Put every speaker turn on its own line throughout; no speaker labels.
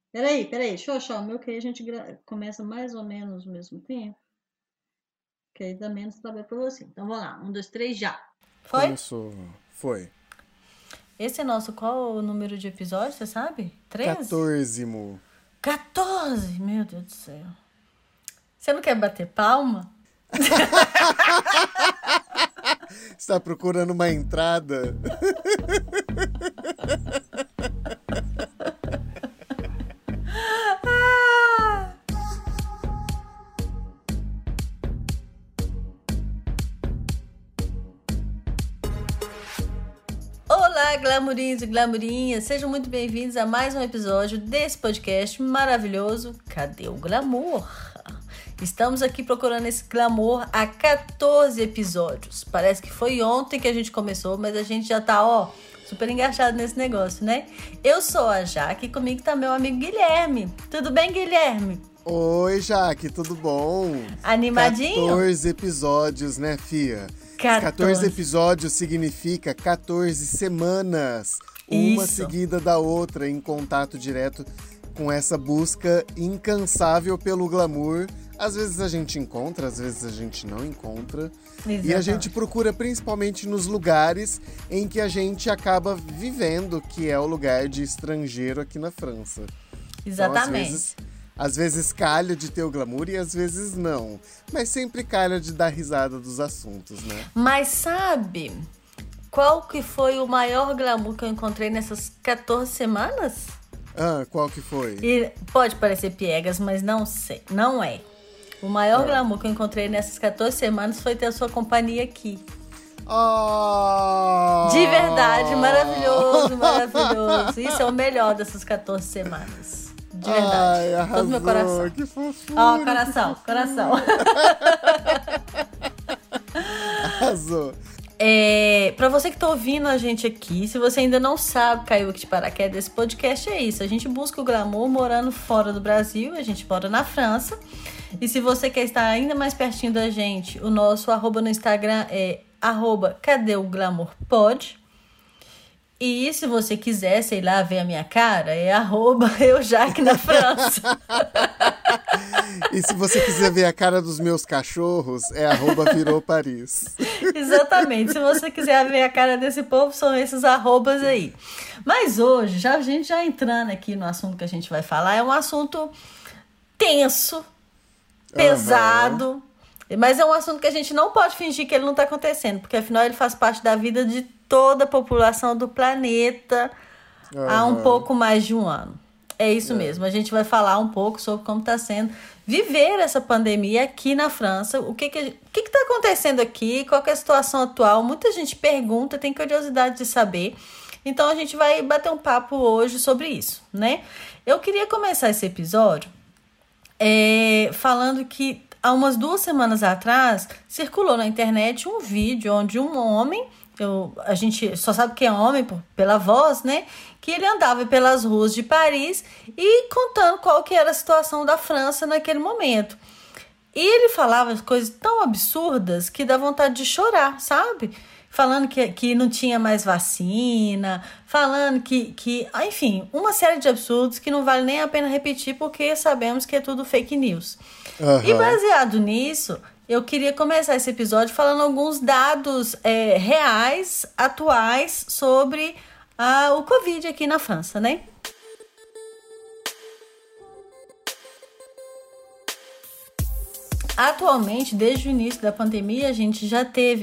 Peraí, deixa eu achar o meu, que aí a gente começa mais ou menos ao mesmo tempo, que aí dá menos trabalho pra você. Então vamos lá, um, dois, três, já. Foi?
Começou. Foi.
Esse é nosso, qual o número de episódios, você sabe? 13?
14.
14! Meu Deus do céu. Você não quer bater palma?
Está procurando uma entrada?
Ah! Olá, glamourinhos e glamourinhas! Sejam muito bem-vindos a mais um episódio desse podcast maravilhoso. Cadê o glamour? Estamos aqui procurando esse glamour há 14 episódios. Parece que foi ontem que a gente começou, mas a gente já tá, super engaixado nesse negócio, né? Eu sou a Jaque e comigo tá meu amigo Guilherme. Tudo bem, Guilherme?
Oi, Jaque, tudo bom?
Animadinho?
14 episódios, né, fia? 14 episódios significa 14 semanas. Uma
Isso.
seguida da outra, em contato direto com essa busca incansável pelo glamour. Às vezes a gente encontra, às vezes a gente não encontra.
Exatamente.
E a gente procura principalmente nos lugares em que a gente acaba vivendo, que é o lugar de estrangeiro aqui na França.
Exatamente.
Então, às vezes calha de ter o glamour e às vezes não. Mas sempre calha de dar risada dos assuntos, né?
Mas sabe qual que foi o maior glamour que eu encontrei nessas 14 semanas?
Qual que foi?
E pode parecer piegas, mas não sei, não é. O maior glamour que eu encontrei nessas 14 semanas foi ter a sua companhia aqui.
Oh!
De verdade, maravilhoso, maravilhoso. Isso é o melhor dessas 14 semanas. De verdade.
Ai, arrasou,
todo meu coração.
Que fofura.
Coração.
Arrasou.
Pra você que tá ouvindo a gente aqui, se você ainda não sabe, caiu aqui de paraquedas, esse podcast é isso. A gente busca o glamour morando fora do Brasil, a gente mora na França. E se você quer estar ainda mais pertinho da gente, o nosso arroba no Instagram é @cadeoglamourpod. E se você quiser, sei lá, ver a minha cara, é @eujaque na França.
E se você quiser ver a cara dos meus cachorros, é @virouparis.
Exatamente. Se você quiser ver a cara desse povo, são esses arrobas aí. Mas hoje, a gente já entrando aqui no assunto que a gente vai falar, é um assunto tenso, pesado, mas é um assunto que a gente não pode fingir que ele não está acontecendo, porque afinal ele faz parte da vida de toda a população do planeta há um pouco mais de um ano. É isso mesmo, a gente vai falar um pouco sobre como está sendo viver essa pandemia aqui na França. O que está acontecendo aqui, qual que é a situação atual? Muita gente pergunta, tem curiosidade de saber. Então a gente vai bater um papo hoje sobre isso, né? Eu queria começar esse episódio falando que há umas 2 semanas atrás circulou na internet um vídeo onde um homem, a gente só sabe que é homem pela voz, né? Que ele andava pelas ruas de Paris e contando qual que era a situação da França naquele momento. E ele falava coisas tão absurdas que dá vontade de chorar, sabe? Falando que não tinha mais vacina, falando enfim, uma série de absurdos que não vale nem a pena repetir porque sabemos que é tudo fake news. E baseado nisso, eu queria começar esse episódio falando alguns dados reais, atuais, sobre o Covid aqui na França, né? Atualmente, desde o início da pandemia, a gente já teve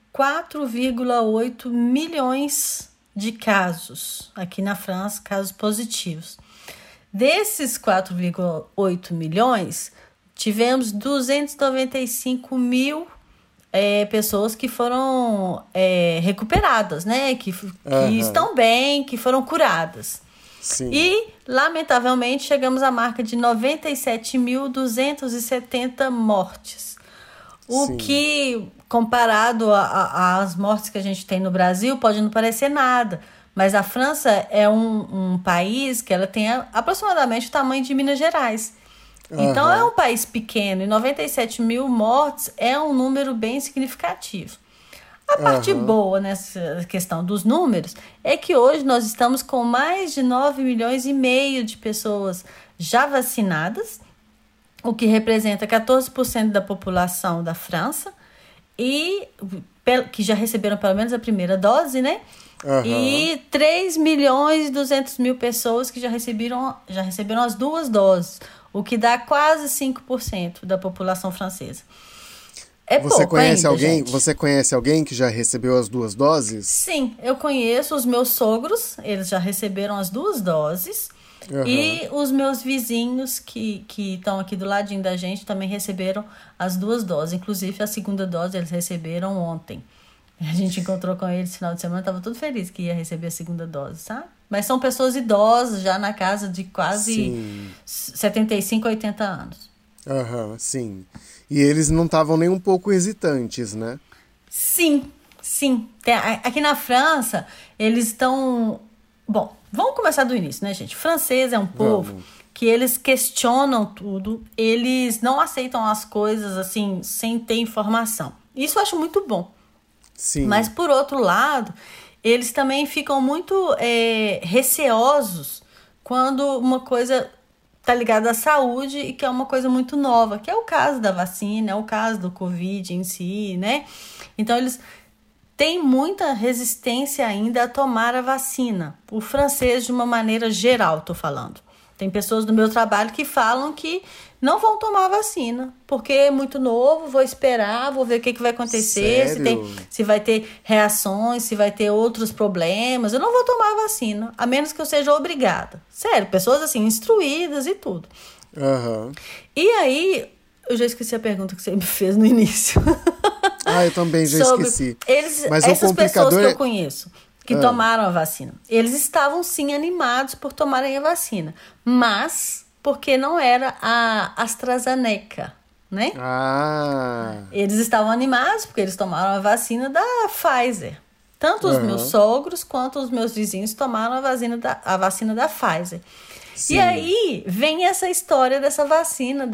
4,8 milhões de casos aqui na França, casos positivos. Desses 4,8 milhões, tivemos 295 mil pessoas que foram recuperadas, né? Que estão bem, que foram curadas.
Sim.
E, lamentavelmente, chegamos à marca de 97.270 mortes. O que, comparado às mortes que a gente tem no Brasil, pode não parecer nada. Mas a França é um país que ela tem aproximadamente o tamanho de Minas Gerais. Então, é um país pequeno e 97 mil mortes é um número bem significativo. A parte boa nessa questão dos números é que hoje nós estamos com mais de 9,5 milhões de pessoas já vacinadas, o que representa 14% da população da França, e que já receberam pelo menos a primeira dose, né? E 3,2 milhões pessoas que já receberam as 2 doses, o que dá quase 5% da população francesa.
Você conhece alguém que já recebeu as 2 doses?
Sim, eu conheço os meus sogros, eles já receberam as 2 doses. E os meus vizinhos que estão aqui do ladinho da gente também receberam as 2 doses. Inclusive, a segunda dose eles receberam ontem. A gente encontrou com eles no final de semana, estava tudo feliz que ia receber a segunda dose, sabe? Mas são pessoas idosas, já na casa de quase 75, 80 anos.
Sim. E eles não estavam nem um pouco hesitantes, né?
Sim. Aqui na França, eles estão... Bom, vamos começar do início, né, gente? O francês é um povo que eles questionam tudo, eles não aceitam as coisas, assim, sem ter informação. Isso eu acho muito bom.
Sim.
Mas, por outro lado, eles também ficam muito receosos quando uma coisa está ligada à saúde e que é uma coisa muito nova, que é o caso da vacina, é o caso do Covid em si, né? Então, eles têm muita resistência ainda a tomar a vacina. O francês, de uma maneira geral, estou falando. Tem pessoas do meu trabalho que falam que não vão tomar a vacina, porque é muito novo, vou esperar, vou ver o que vai acontecer, se vai ter reações, se vai ter outros problemas. Eu não vou tomar a vacina, a menos que eu seja obrigada. Sério, pessoas assim, instruídas e tudo. E aí, eu já esqueci a pergunta que você me fez no início.
Eu também já esqueci.
Mas essas pessoas que eu conheço que tomaram a vacina, eles estavam sim animados por tomarem a vacina, mas porque não era a AstraZeneca, né? Eles estavam animados porque eles tomaram a vacina da Pfizer. Tanto os meus sogros quanto os meus vizinhos tomaram a vacina da Pfizer. Sim. E aí vem essa história dessa vacina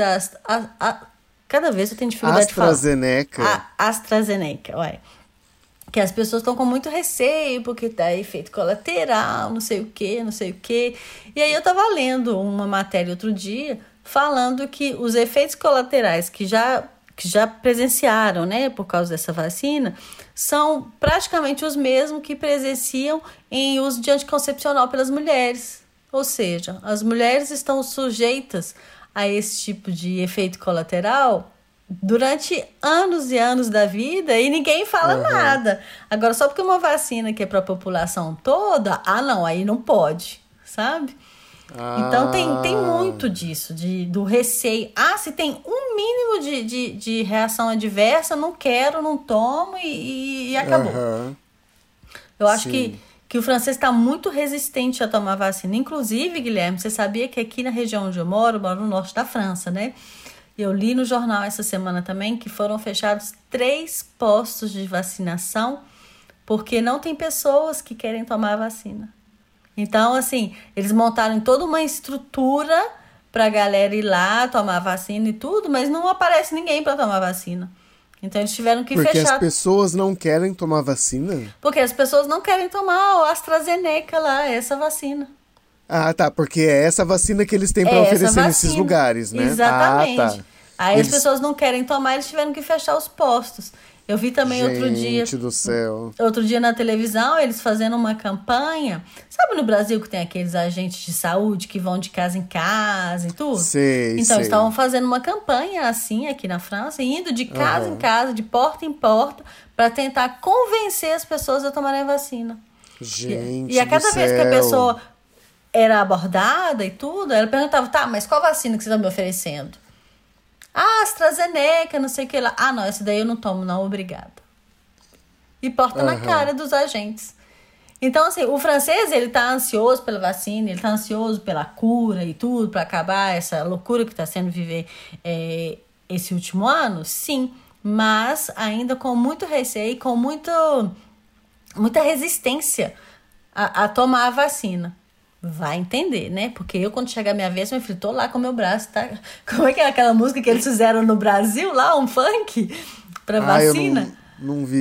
cada vez eu tenho dificuldade de falar. AstraZeneca, ué. Que as pessoas estão com muito receio, porque dá efeito colateral, não sei o quê. E aí eu estava lendo uma matéria outro dia, falando que os efeitos colaterais que já presenciaram, né, por causa dessa vacina, são praticamente os mesmos que presenciam em uso de anticoncepcional pelas mulheres. Ou seja, as mulheres estão sujeitas a esse tipo de efeito colateral durante anos e anos da vida e ninguém fala nada. Agora, só porque uma vacina que é para a população toda, não, aí não pode, sabe? Então, tem muito disso, do receio. Se tem um mínimo de reação adversa, não quero, não tomo e acabou. Eu acho que o francês está muito resistente a tomar vacina. Inclusive, Guilherme, você sabia que aqui na região onde eu moro no norte da França, né? Eu li no jornal essa semana também que foram fechados 3 postos de vacinação porque não tem pessoas que querem tomar a vacina. Então, assim, eles montaram toda uma estrutura para a galera ir lá tomar a vacina e tudo, mas não aparece ninguém para tomar a vacina. Então, eles tiveram que fechar.
Porque as pessoas não querem tomar vacina?
Porque as pessoas não querem tomar o AstraZeneca lá, essa vacina.
Porque é essa vacina que eles têm para oferecer nesses lugares, né?
Exatamente. Aí as pessoas não querem tomar, eles tiveram que fechar os postos. Eu vi também
Gente do céu.
Outro dia na televisão, eles fazendo uma campanha. Sabe no Brasil que tem aqueles agentes de saúde que vão de casa em casa e tudo? Eles estavam fazendo uma campanha assim aqui na França, indo de casa em casa, de porta em porta, para tentar convencer as pessoas a tomarem a vacina.
Gente
e a cada vez que a pessoa era abordada e tudo, ela perguntava, mas qual vacina que você está me oferecendo? AstraZeneca, não sei o que lá. Não, essa daí eu não tomo, não, obrigada. E porta na cara dos agentes. Então, assim, o francês, ele tá ansioso pela vacina, ele tá ansioso pela cura e tudo, para acabar essa loucura que tá sendo viver esse último ano, sim. Mas ainda com muito receio, com muita resistência a tomar a vacina. Vai entender, né? Porque eu, quando chegar a minha vez, meu filho, tô lá com o meu braço, tá? Como é que é aquela música que eles fizeram no Brasil lá, um funk pra vacina?
Eu não vi.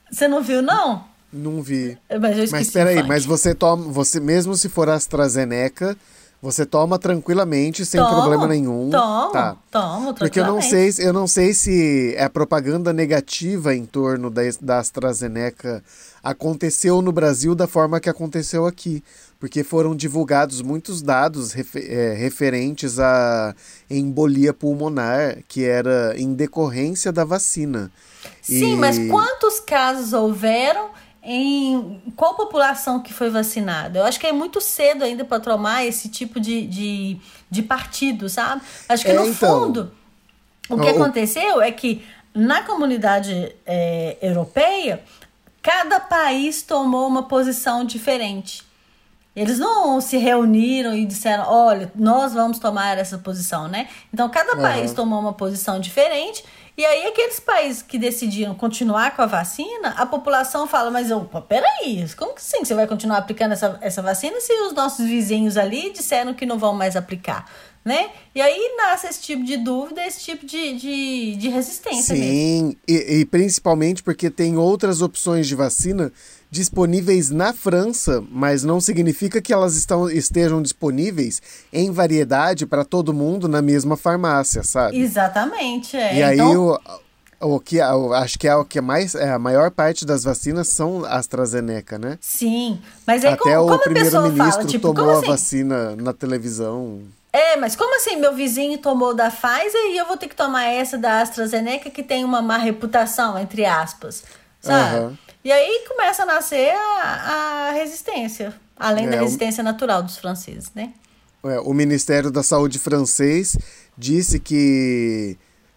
Você não viu, não?
Não vi.
Mas eu
Mas
esqueci o
peraí,
funk.
mas você toma, você mesmo se for AstraZeneca, você toma tranquilamente, sem problema nenhum. Tá.
Tomo,
Porque
tranquilamente.
eu não sei se a propaganda negativa em torno da AstraZeneca aconteceu no Brasil da forma que aconteceu aqui. Porque foram divulgados muitos dados referentes à embolia pulmonar, que era em decorrência da vacina.
Sim, mas quantos casos houveram em qual população que foi vacinada? Eu acho que é muito cedo ainda para tomar esse tipo de partido, sabe? Acho que no fundo, o que aconteceu é que na comunidade europeia, cada país tomou uma posição diferente. Eles não se reuniram e disseram, olha, nós vamos tomar essa posição, né? Então, cada país tomou uma posição diferente. E aí, aqueles países que decidiram continuar com a vacina, a população fala, mas peraí, como que sim? Você vai continuar aplicando essa vacina se os nossos vizinhos ali disseram que não vão mais aplicar, né? E aí nasce esse tipo de dúvida, esse tipo de resistência mesmo.
Sim, e principalmente porque tem outras opções de vacina disponíveis na França, mas não significa que elas estejam disponíveis em variedade para todo mundo na mesma farmácia, sabe?
Exatamente.
E aí eu acho que é o que mais a maior parte das vacinas são AstraZeneca, né?
Sim, mas aí
até
como
o primeiro-ministro
tipo,
tomou
assim?
a vacina na televisão.
Mas como assim meu vizinho tomou da Pfizer e eu vou ter que tomar essa da AstraZeneca que tem uma má reputação, entre aspas, sabe? E aí começa a nascer a resistência, além da resistência natural dos franceses, né?
O Ministério da Saúde francês disse que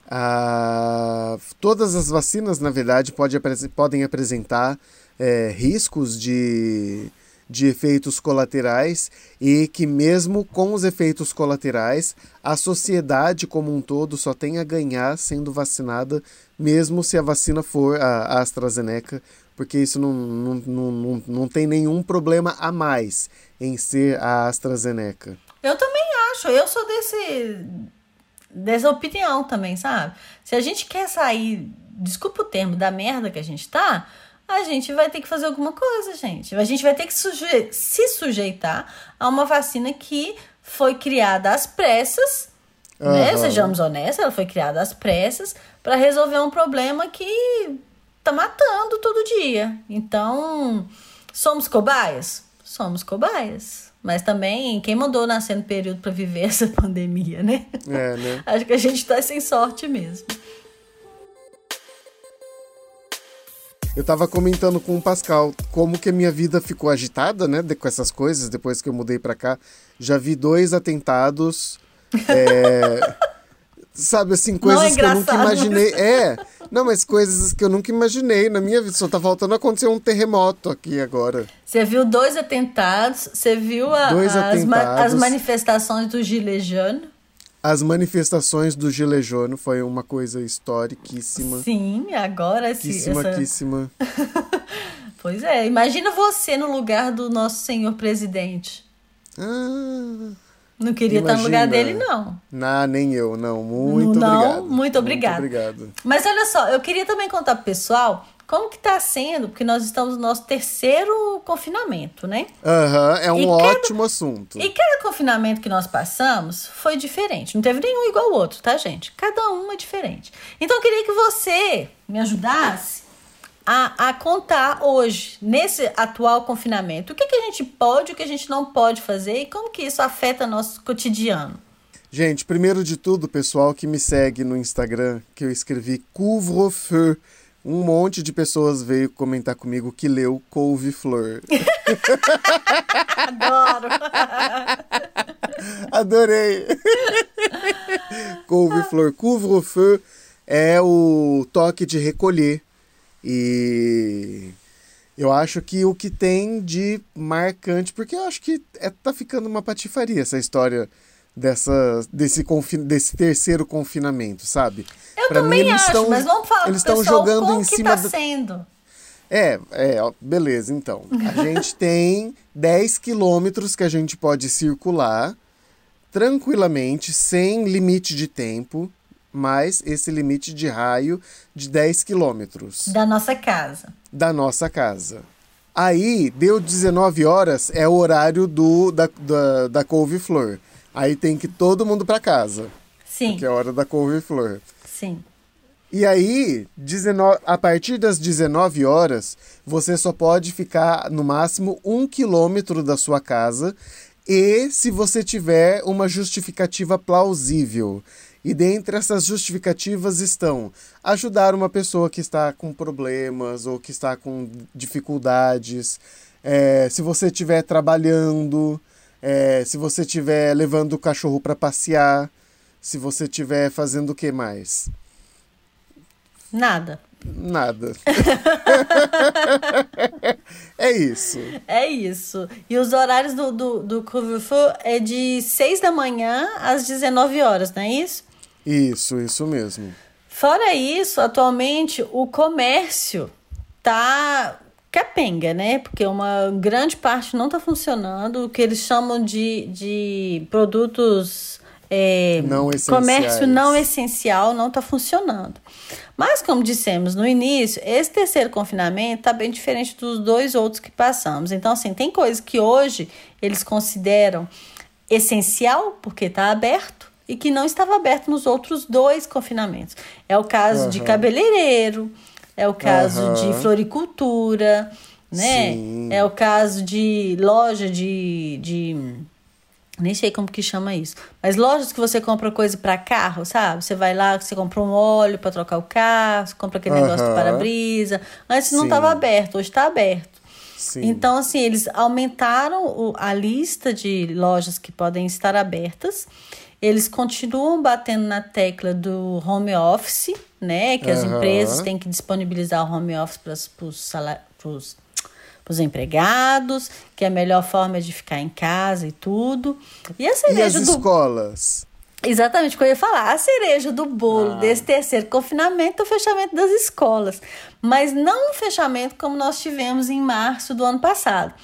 todas as vacinas, na verdade, podem apresentar riscos de efeitos colaterais e que mesmo com os efeitos colaterais, a sociedade como um todo só tem a ganhar sendo vacinada, mesmo se a vacina for a AstraZeneca, porque isso não tem nenhum problema a mais em ser a AstraZeneca.
Eu também acho, eu sou dessa opinião também, sabe? Se a gente quer sair, desculpa o termo, da merda que a gente tá, a gente vai ter que fazer alguma coisa, gente. A gente vai ter que se sujeitar a uma vacina que foi criada às pressas, né? Sejamos honestos, ela foi criada às pressas para resolver um problema que tá matando todo dia. Então, somos cobaias? Somos cobaias. Mas também, quem mandou nascer no período para viver essa pandemia, né?
Né?
Acho que a gente tá sem sorte mesmo.
Eu tava comentando com o Pascal como que a minha vida ficou agitada, né, com essas coisas, depois que eu mudei pra cá. Já vi 2 atentados, sabe, assim, coisas que eu nunca imaginei. Não, mas coisas que eu nunca imaginei na minha vida. Só tá faltando acontecer um terremoto aqui agora.
Você viu 2 atentados, você viu as manifestações do Gilets Jaunes?
As manifestações do Gilets Jaunes foi uma coisa historiquíssima.
Sim, agora
Quíssima.
Pois é, imagina você no lugar do nosso senhor presidente. Não queria estar no lugar dele, não.
Nem eu, não. Muito obrigado.
Muito obrigado. Mas olha só, eu queria também contar pro pessoal como que tá sendo, porque nós estamos no nosso 3º confinamento, né?
É um ótimo assunto.
E cada confinamento que nós passamos foi diferente. Não teve nenhum igual ao outro, tá, gente? Cada um é diferente. Então eu queria que você me ajudasse a contar hoje, nesse atual confinamento, o que a gente pode, o que a gente não pode fazer e como que isso afeta nosso cotidiano.
Gente, primeiro de tudo, pessoal que me segue no Instagram, que eu escrevi couvre-feu, um monte de pessoas veio comentar comigo que leu couve-flor.
Adoro!
Adorei! Couve-flor. Couvre-feu é o toque de recolher. E eu acho que o que tem de marcante, porque eu acho que tá ficando uma patifaria essa história desse 3º confinamento, sabe?
Eu também acho, mas vamos falar
eles estão jogando
como
em
que
cima
tá sendo.
Beleza, então. A gente tem 10 quilômetros que a gente pode circular tranquilamente, sem limite de tempo. mais esse limite de raio de 10 quilômetros.
Da nossa casa.
Da nossa casa. Aí, deu 19 horas, é o horário da couve-flor. Aí tem que ir todo mundo para casa.
Sim.
Que é a hora da couve-flor.
Sim.
E aí, a partir das 19 horas, você só pode ficar no máximo 1 quilômetro da sua casa e se você tiver uma justificativa plausível. E dentre essas justificativas estão ajudar uma pessoa que está com problemas ou que está com dificuldades, se você estiver trabalhando, se você estiver levando o cachorro para passear, se você estiver fazendo o que mais?
Nada.
É isso.
É isso. E os horários do couvre-feu é de 6 da manhã às 19 horas, não é isso?
Isso mesmo.
Fora isso, atualmente o comércio tá capenga, né? Porque uma grande parte não tá funcionando. O que eles chamam de produtos...
não essenciais.
Comércio não essencial não está funcionando. Mas, como dissemos no início, esse terceiro confinamento está bem diferente dos 2 outros que passamos. Então, assim, tem coisas que hoje eles consideram essencial, porque está aberto, e que não estava aberto nos outros 2 confinamentos. É o caso de cabeleireiro, é o caso de floricultura, né?
Sim.
É o caso de loja de nem sei como que chama isso. Mas lojas que você compra coisa para carro, sabe? Você vai lá, você compra um óleo para trocar o carro, você compra aquele negócio do para-brisa. Antes não estava aberto, hoje está aberto.
Sim.
Então, assim, eles aumentaram a lista de lojas que podem estar abertas. Eles continuam batendo na tecla do home office, né? Que as empresas têm que disponibilizar o home office para os empregados, que é a melhor forma de ficar em casa e tudo. E a cereja
escolas?
Exatamente o que eu ia falar. A cereja do bolo desse terceiro confinamento é o fechamento das escolas. Mas não um fechamento como nós tivemos em março do ano passado.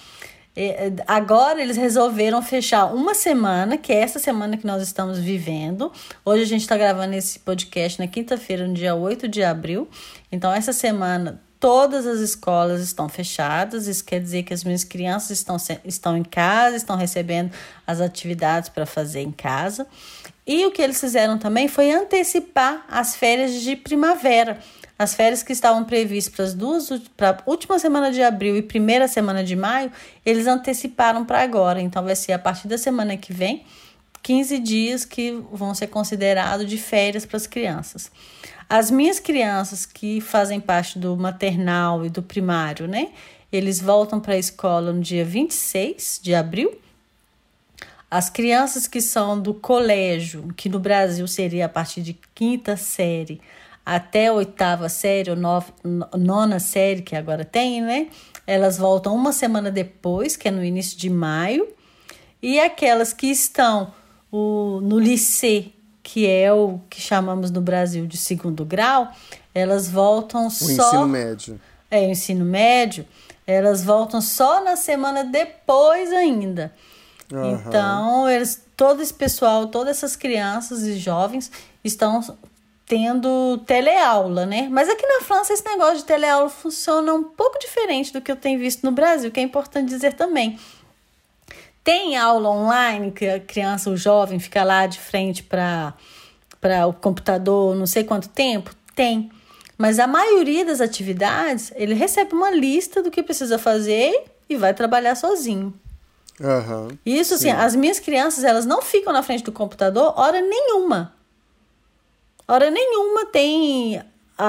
Agora eles resolveram fechar uma semana, que é essa semana que nós estamos vivendo. Hoje a gente está gravando esse podcast na quinta-feira, no dia 8 de abril. Então, essa semana... Todas as escolas estão fechadas, isso quer dizer que as minhas crianças estão em casa, estão recebendo as atividades para fazer em casa. E o que eles fizeram também foi antecipar as férias de primavera. As férias que estavam previstas para a última semana de abril e primeira semana de maio, eles anteciparam para agora. Então vai ser a partir da semana que vem, 15 dias que vão ser considerados de férias para as crianças. As minhas crianças que fazem parte do maternal e do primário, né? Eles voltam para a escola no dia 26 de abril. As crianças que são do colégio, que no Brasil seria a partir de 5ª série até a 8ª série ou 9ª série, que agora tem, né? Elas voltam uma semana depois, que é no início de maio. E aquelas que estão no liceu, que é o que chamamos no Brasil de 2º grau, elas voltam só... O
ensino médio.
O ensino médio. Elas voltam só na semana depois ainda. Então, todo esse pessoal, todas essas crianças e jovens estão tendo teleaula, né? Mas aqui na França esse negócio de teleaula funciona um pouco diferente do que eu tenho visto no Brasil, que é importante dizer também. Tem aula online que a criança, o jovem, fica lá de frente para o computador não sei quanto tempo? Tem. Mas a maioria das atividades, ele recebe uma lista do que precisa fazer e vai trabalhar sozinho. Isso, assim, as minhas crianças, elas não ficam na frente do computador hora nenhuma. Hora nenhuma tem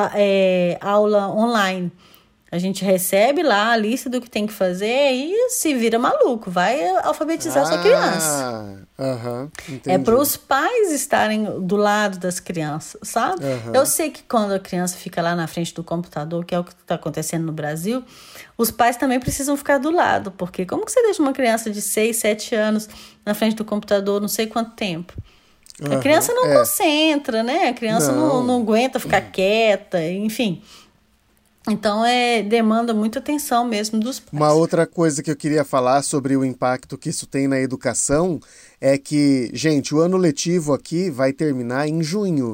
aula online. A gente recebe lá a lista do que tem que fazer e se vira maluco, vai alfabetizar sua criança.
Entendi.
É para os pais estarem do lado das crianças, sabe? Eu sei que quando a criança fica lá na frente do computador, que é o que está acontecendo no Brasil, os pais também precisam ficar do lado, porque como que você deixa uma criança de 6, 7 anos na frente do computador não sei quanto tempo? A criança não concentra, né? A criança não aguenta ficar quieta, enfim... Então, demanda muita atenção mesmo dos pais.
Uma outra coisa que eu queria falar sobre o impacto que isso tem na educação é que, gente, o ano letivo aqui vai terminar em junho.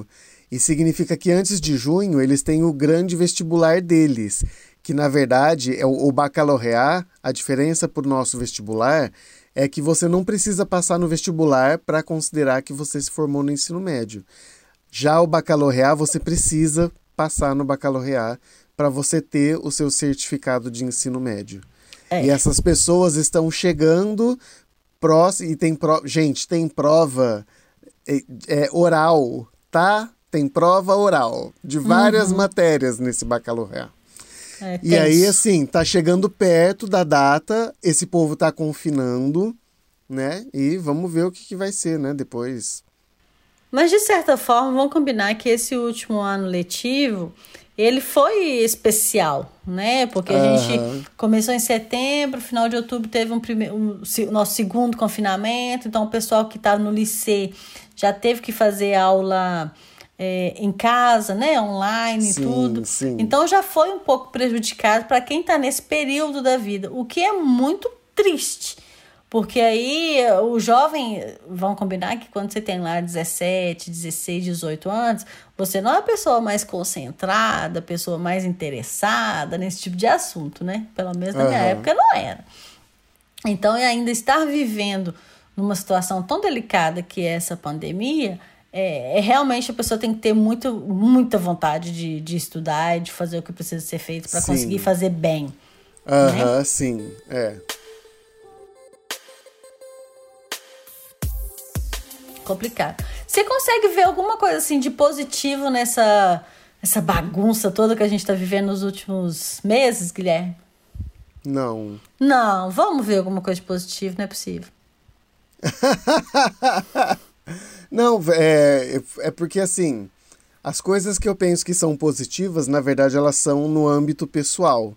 E significa que antes de junho eles têm o grande vestibular deles, que na verdade é o baccalaureat. A diferença para o nosso vestibular é que você não precisa passar no vestibular para considerar que você se formou no ensino médio. Já o baccalaureat, você precisa passar no baccalaureat para você ter o seu certificado de ensino médio. E essas pessoas estão chegando próximo e gente, tem prova oral, tá? Tem prova oral de várias matérias nesse baccalaureat. E aí, assim, tá chegando perto da data, esse povo tá confinando, né? E vamos ver o que vai ser, né, depois.
Mas, de certa forma, vamos combinar que esse último ano letivo, ele foi especial, né? Porque a gente começou em setembro, final de outubro teve o nosso segundo confinamento, então o pessoal que estava no liceu já teve que fazer aula em casa, né? Online e tudo.
Sim.
Então já foi um pouco prejudicado para quem está nesse período da vida, o que é muito triste. Porque aí o jovem, vão combinar que quando você tem lá 17, 16, 18 anos, você não é a pessoa mais concentrada, a pessoa mais interessada nesse tipo de assunto, né? Pelo menos na minha época não era. Então, ainda estar vivendo numa situação tão delicada que é essa pandemia, realmente a pessoa tem que ter muita vontade de estudar e de fazer o que precisa ser feito para conseguir fazer bem. Né?
Sim,
Complicado. Você consegue ver alguma coisa assim de positivo nessa bagunça toda que a gente está vivendo nos últimos meses, Guilherme?
Não.
Não, vamos ver alguma coisa de positivo, não é possível.
Não, é porque assim, as coisas que eu penso que são positivas, na verdade, elas são no âmbito pessoal.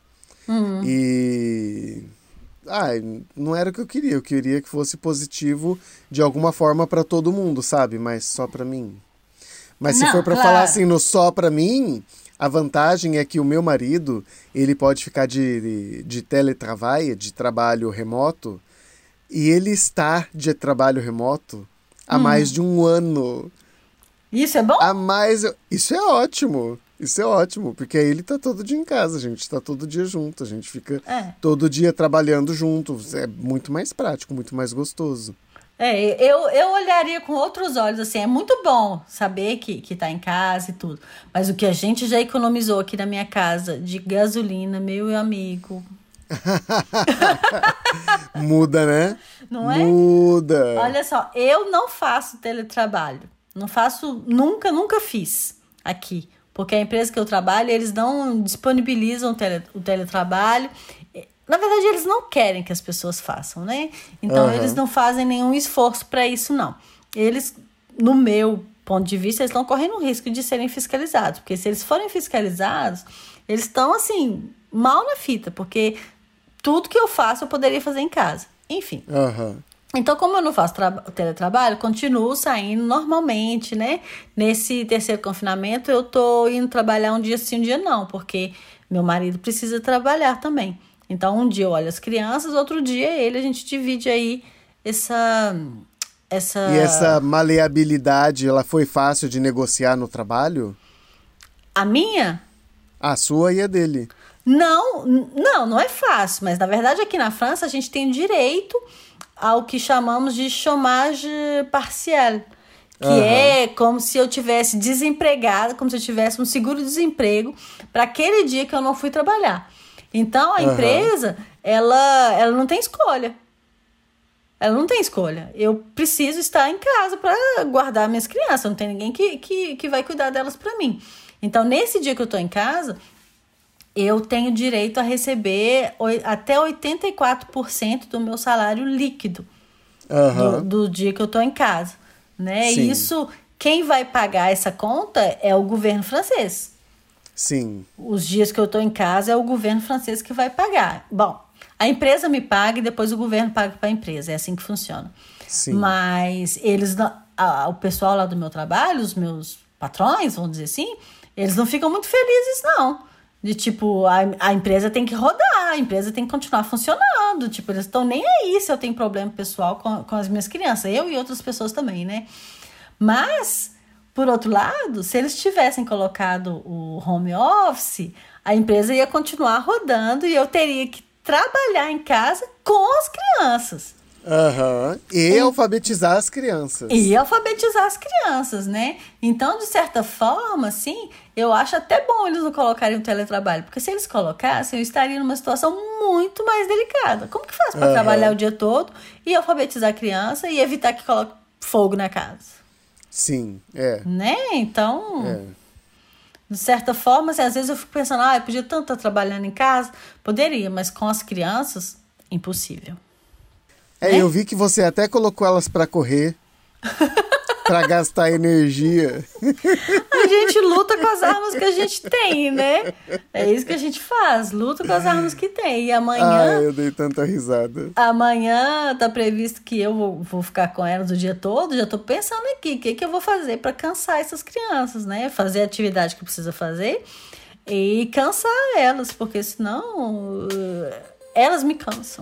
E... não era o que eu queria que fosse positivo de alguma forma para todo mundo, sabe? Mas só para mim. Mas se for para falar assim, no só para mim, a vantagem é que o meu marido, ele pode ficar de teletrabalho, de trabalho remoto, e ele está de trabalho remoto há mais de um ano.
Isso é bom?
Isso é ótimo. Isso é ótimo, porque aí ele tá todo dia em casa, a gente tá todo dia junto, a gente fica todo dia trabalhando junto. É muito mais prático, muito mais gostoso.
Eu olharia com outros olhos, assim, é muito bom saber que tá em casa e tudo. Mas o que a gente já economizou aqui na minha casa de gasolina, meu amigo...
Muda, né?
Não é?
Muda.
Olha só, eu não faço teletrabalho. Não faço, nunca fiz aqui. Porque a empresa que eu trabalho, eles não disponibilizam o teletrabalho. Na verdade, eles não querem que as pessoas façam, né? Então, eles não fazem nenhum esforço para isso, não. Eles, no meu ponto de vista, eles estão correndo o risco de serem fiscalizados. Porque se eles forem fiscalizados, eles estão, assim, mal na fita. Porque tudo que eu faço, eu poderia fazer em casa. Enfim. Então, como eu não faço teletrabalho, continuo saindo normalmente, né? Nesse terceiro confinamento, eu tô indo trabalhar um dia sim, um dia não, porque meu marido precisa trabalhar também. Então, um dia eu olho as crianças, outro dia a gente divide aí essa...
E essa maleabilidade, ela foi fácil de negociar no trabalho?
A minha?
A sua e a dele.
Não é fácil, mas na verdade aqui na França a gente tem direito ao que chamamos de chômage partiel, que é como se eu tivesse desempregada, como se eu tivesse um seguro-desemprego para aquele dia que eu não fui trabalhar. Então, a empresa, ela não tem escolha. Ela não tem escolha. Eu preciso estar em casa para guardar minhas crianças. Não tem ninguém que vai cuidar delas para mim. Então, nesse dia que eu estou em casa, eu tenho direito a receber até 84% do meu salário líquido do dia que eu estou em casa. Né? E isso, quem vai pagar essa conta é o governo francês.
Sim.
Os dias que eu estou em casa é o governo francês que vai pagar. Bom, a empresa me paga e depois o governo paga para a empresa. É assim que funciona.
Sim.
Mas o pessoal lá do meu trabalho, os meus patrões, vamos dizer assim, eles não ficam muito felizes, não. De tipo, a empresa tem que rodar, a empresa tem que continuar funcionando. Tipo, eles estão nem aí se eu tenho problema pessoal com as minhas crianças. Eu e outras pessoas também, né? Mas... por outro lado, se eles tivessem colocado o home office, a empresa ia continuar rodando e eu teria que trabalhar em casa com as crianças.
Aham. E alfabetizar as crianças.
E alfabetizar as crianças, né? Então, de certa forma, assim, eu acho até bom eles não colocarem o teletrabalho. Porque se eles colocassem, eu estaria numa situação muito mais delicada. Como que faz para trabalhar o dia todo e alfabetizar a criança e evitar que coloque fogo na casa?
Sim, é.
Né? Então, de certa forma, assim, às vezes eu fico pensando, eu podia tanto estar trabalhando em casa. Poderia, mas com as crianças, impossível.
Eu vi que você até colocou elas pra correr, pra gastar energia.
A gente luta com as armas que a gente tem, né? É isso que a gente faz, luta com as armas que tem. E amanhã...
eu dei tanta risada.
Amanhã tá previsto que eu vou ficar com elas o dia todo. Já tô pensando aqui, o que eu vou fazer pra cansar essas crianças, né? Fazer a atividade que precisa fazer e cansar elas, porque senão elas me cansam.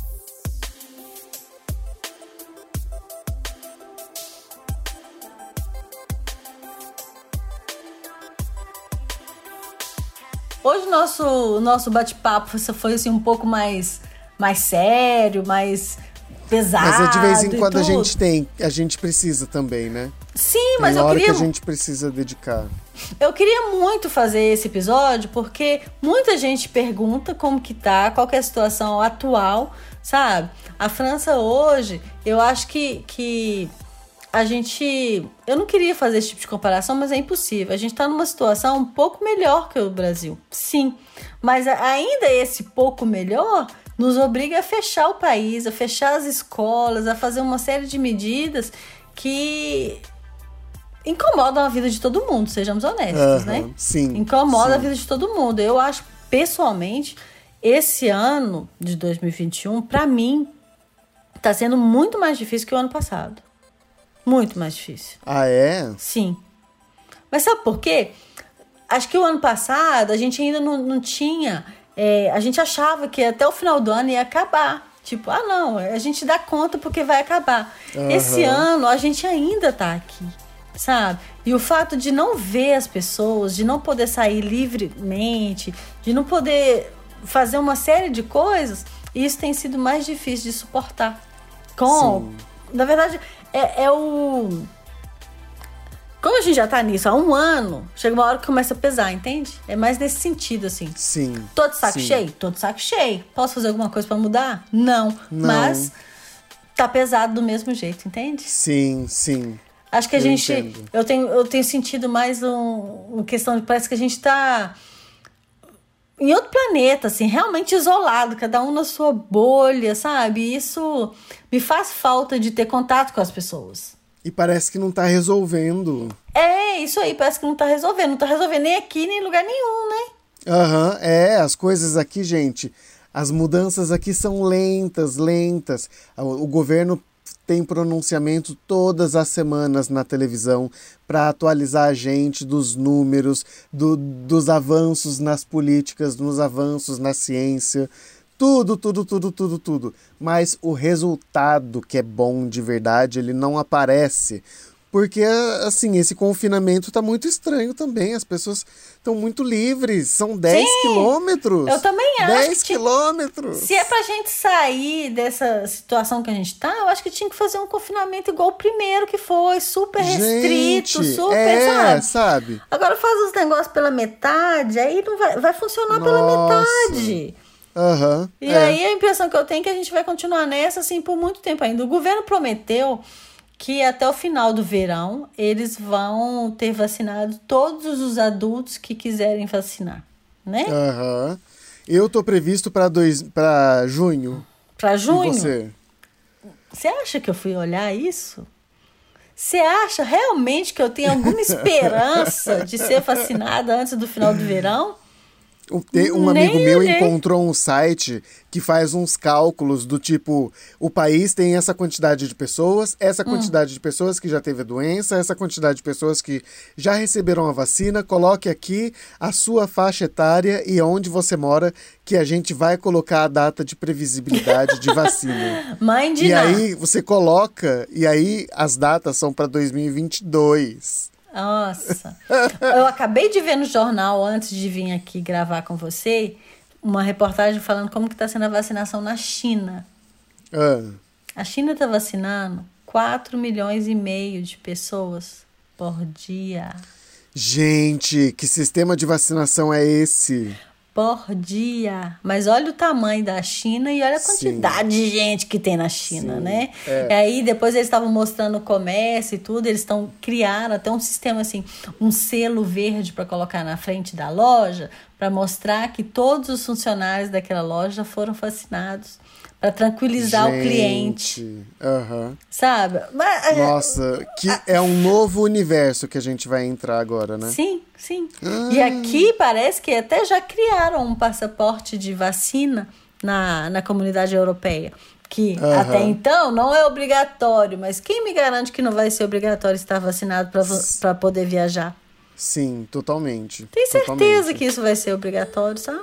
Hoje o nosso bate-papo foi assim, um pouco mais sério, mais pesado.
Mas de vez em
e
quando
tudo.
a gente precisa também, né?
Sim, mas
Tem
eu
hora
queria...
que a gente precisa dedicar.
Eu queria muito fazer esse episódio, porque muita gente pergunta como que tá, qual que é a situação atual, sabe? A França hoje, eu acho que a gente... Eu não queria fazer esse tipo de comparação, mas é impossível. A gente está numa situação um pouco melhor que o Brasil, sim. Mas ainda esse pouco melhor nos obriga a fechar o país, a fechar as escolas, a fazer uma série de medidas que incomodam a vida de todo mundo, sejamos honestos, né?
Sim.
Incomoda a vida de todo mundo. Eu acho, pessoalmente, esse ano de 2021, para mim, está sendo muito mais difícil que o ano passado. Muito mais difícil.
Ah, é?
Sim. Mas sabe por quê? Acho que o ano passado a gente ainda não tinha... a gente achava que até o final do ano ia acabar. Tipo, não, a gente dá conta porque vai acabar. Esse ano a gente ainda tá aqui, sabe? E o fato de não ver as pessoas, de não poder sair livremente, de não poder fazer uma série de coisas, isso tem sido mais difícil de suportar. Na verdade... Como a gente já tá nisso há um ano, chega uma hora que começa a pesar, entende? É mais nesse sentido, assim.
Sim.
Tô de saco cheio? Tô de saco cheio. Posso fazer alguma coisa pra mudar? Não. Mas tá pesado do mesmo jeito, entende?
Sim.
Acho que a gente...
Entendo.
Eu tenho sentido mais uma questão de... Parece que a gente tá em outro planeta, assim, realmente isolado, cada um na sua bolha, sabe? E isso me faz falta de ter contato com as pessoas.
E parece que não tá resolvendo.
Isso aí, parece que não tá resolvendo. Não tá resolvendo nem aqui, nem em lugar nenhum,
né? As coisas aqui, gente, as mudanças aqui são lentas. O governo tem pronunciamento todas as semanas na televisão para atualizar a gente dos números, dos avanços nas políticas, dos avanços na ciência, tudo. Mas o resultado que é bom de verdade, ele não aparece. Porque, assim, esse confinamento tá muito estranho também. As pessoas estão muito livres. São 10 quilômetros.
Eu também acho.
10 quilômetros.
Se é pra gente sair dessa situação que a gente tá, eu acho que tinha que fazer um confinamento igual o primeiro que foi. Super restrito,
sabe?
Agora faz os negócios pela metade, aí não vai funcionar pela metade. E aí a impressão que eu tenho é que a gente vai continuar nessa, assim, por muito tempo ainda. O governo prometeu que até o final do verão eles vão ter vacinado todos os adultos que quiserem vacinar, né?
Eu tô previsto para junho.
Para junho?
E você?
Você acha que eu fui olhar isso? Você acha realmente que eu tenho alguma esperança de ser vacinada antes do final do verão?
Um amigo meu encontrou um site que faz uns cálculos do tipo, o país tem essa quantidade de pessoas, essa quantidade de pessoas que já teve a doença, essa quantidade de pessoas que já receberam a vacina, coloque aqui a sua faixa etária e onde você mora, que a gente vai colocar a data de previsibilidade de vacina. E aí você coloca, e aí as datas são para 2022.
Nossa. Eu acabei de ver no jornal, antes de vir aqui gravar com você, uma reportagem falando como que está sendo a vacinação na China. A China está vacinando 4,5 milhões de pessoas por dia.
Gente, que sistema de vacinação é esse?
Por dia. Mas olha o tamanho da China e olha a quantidade de gente que tem na China, né? E aí depois eles estavam mostrando o comércio e tudo, eles criaram até um sistema assim, um selo verde para colocar na frente da loja, para mostrar que todos os funcionários daquela loja foram vacinados, para tranquilizar o cliente. Sabe? Mas,
nossa, que é um novo universo que a gente vai entrar agora, né?
Sim. E aqui parece que até já criaram um passaporte de vacina na comunidade europeia. Que até então não é obrigatório, mas quem me garante que não vai ser obrigatório estar vacinado para poder viajar?
Sim, totalmente.
Tem certeza que isso vai ser obrigatório, sabe?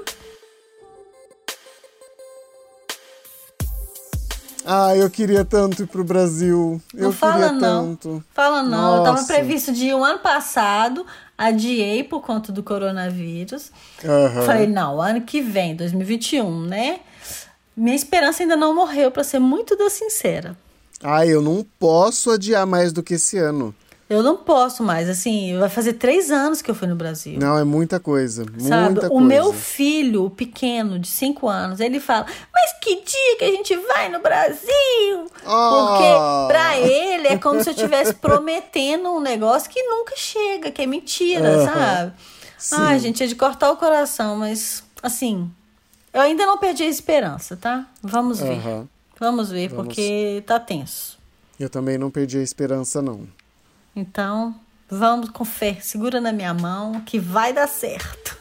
Eu queria tanto ir pro Brasil.
Não fala não. Fala não.
Nossa.
Eu tava previsto de ir o ano passado, adiei por conta do coronavírus. Falei, não, ano que vem, 2021, né? Minha esperança ainda não morreu, pra ser muito sincera.
Eu não posso adiar mais do que esse ano.
Eu não posso mais, assim, vai fazer 3 anos que eu fui no Brasil.
Não, é muita coisa,
Sabe? O meu filho, o pequeno, de 5 anos, ele fala, mas que dia que a gente vai no Brasil? Porque pra ele é como se eu estivesse prometendo um negócio que nunca chega, que é mentira, sabe? Ai, gente, é de cortar o coração, mas, assim, eu ainda não perdi a esperança, tá? Vamos ver. Vamos ver, porque tá tenso.
Eu também não perdi a esperança, não.
Então, vamos com fé. Segura na minha mão que vai dar certo.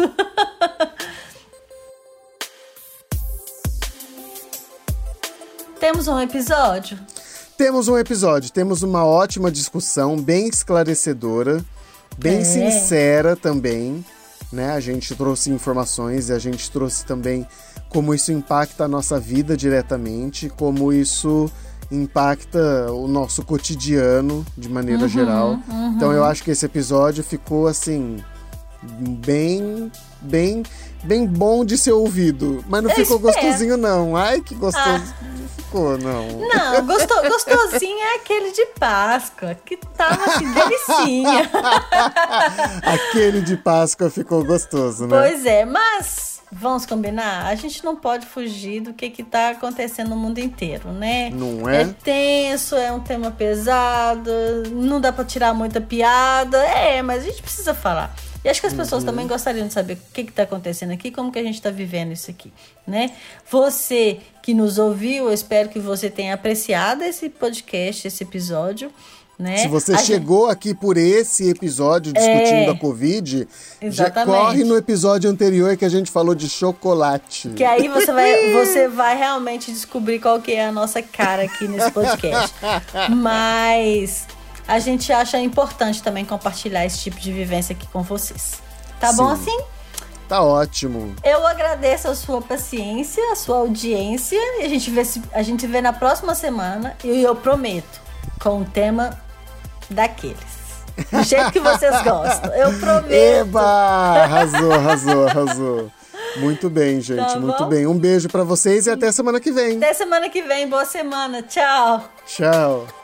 Temos um episódio?
Temos um episódio. Temos uma ótima discussão, bem esclarecedora, bem sincera também, né? A gente trouxe informações e a gente trouxe também como isso impacta a nossa vida diretamente, como isso impacta o nosso cotidiano de maneira geral. Então eu acho que esse episódio ficou assim bem bom de ser ouvido, mas não ficou gostosinho não. Ai, que gostoso ficou, não.
Não, gostosinho é aquele de Páscoa, que tava assim, delicinha.
Aquele de Páscoa ficou gostoso, né?
Pois é, mas vamos combinar? A gente não pode fugir do que tá acontecendo no mundo inteiro, né?
Não é?
É tenso, é um tema pesado, não dá pra tirar muita piada. Mas a gente precisa falar. E acho que as pessoas também gostariam de saber o que tá acontecendo aqui, como que a gente tá vivendo isso aqui, né? Você que nos ouviu, eu espero que você tenha apreciado esse podcast, esse episódio, né?
Se você chegou aqui por esse episódio discutindo a Covid, já corre no episódio anterior que a gente falou de chocolate.
Que aí você vai realmente descobrir qual que é a nossa cara aqui nesse podcast. Mas a gente acha importante também compartilhar esse tipo de vivência aqui com vocês. Tá bom assim?
Tá ótimo.
Eu agradeço a sua paciência, a sua audiência. E a gente vê na próxima semana. E eu prometo, com um tema daqueles. Do jeito que vocês gostam. Eu prometo.
Eba! Arrasou. Muito bem, gente. Tá muito bem. Um beijo pra vocês e até semana que vem.
Até semana que vem. Boa semana. Tchau.
Tchau.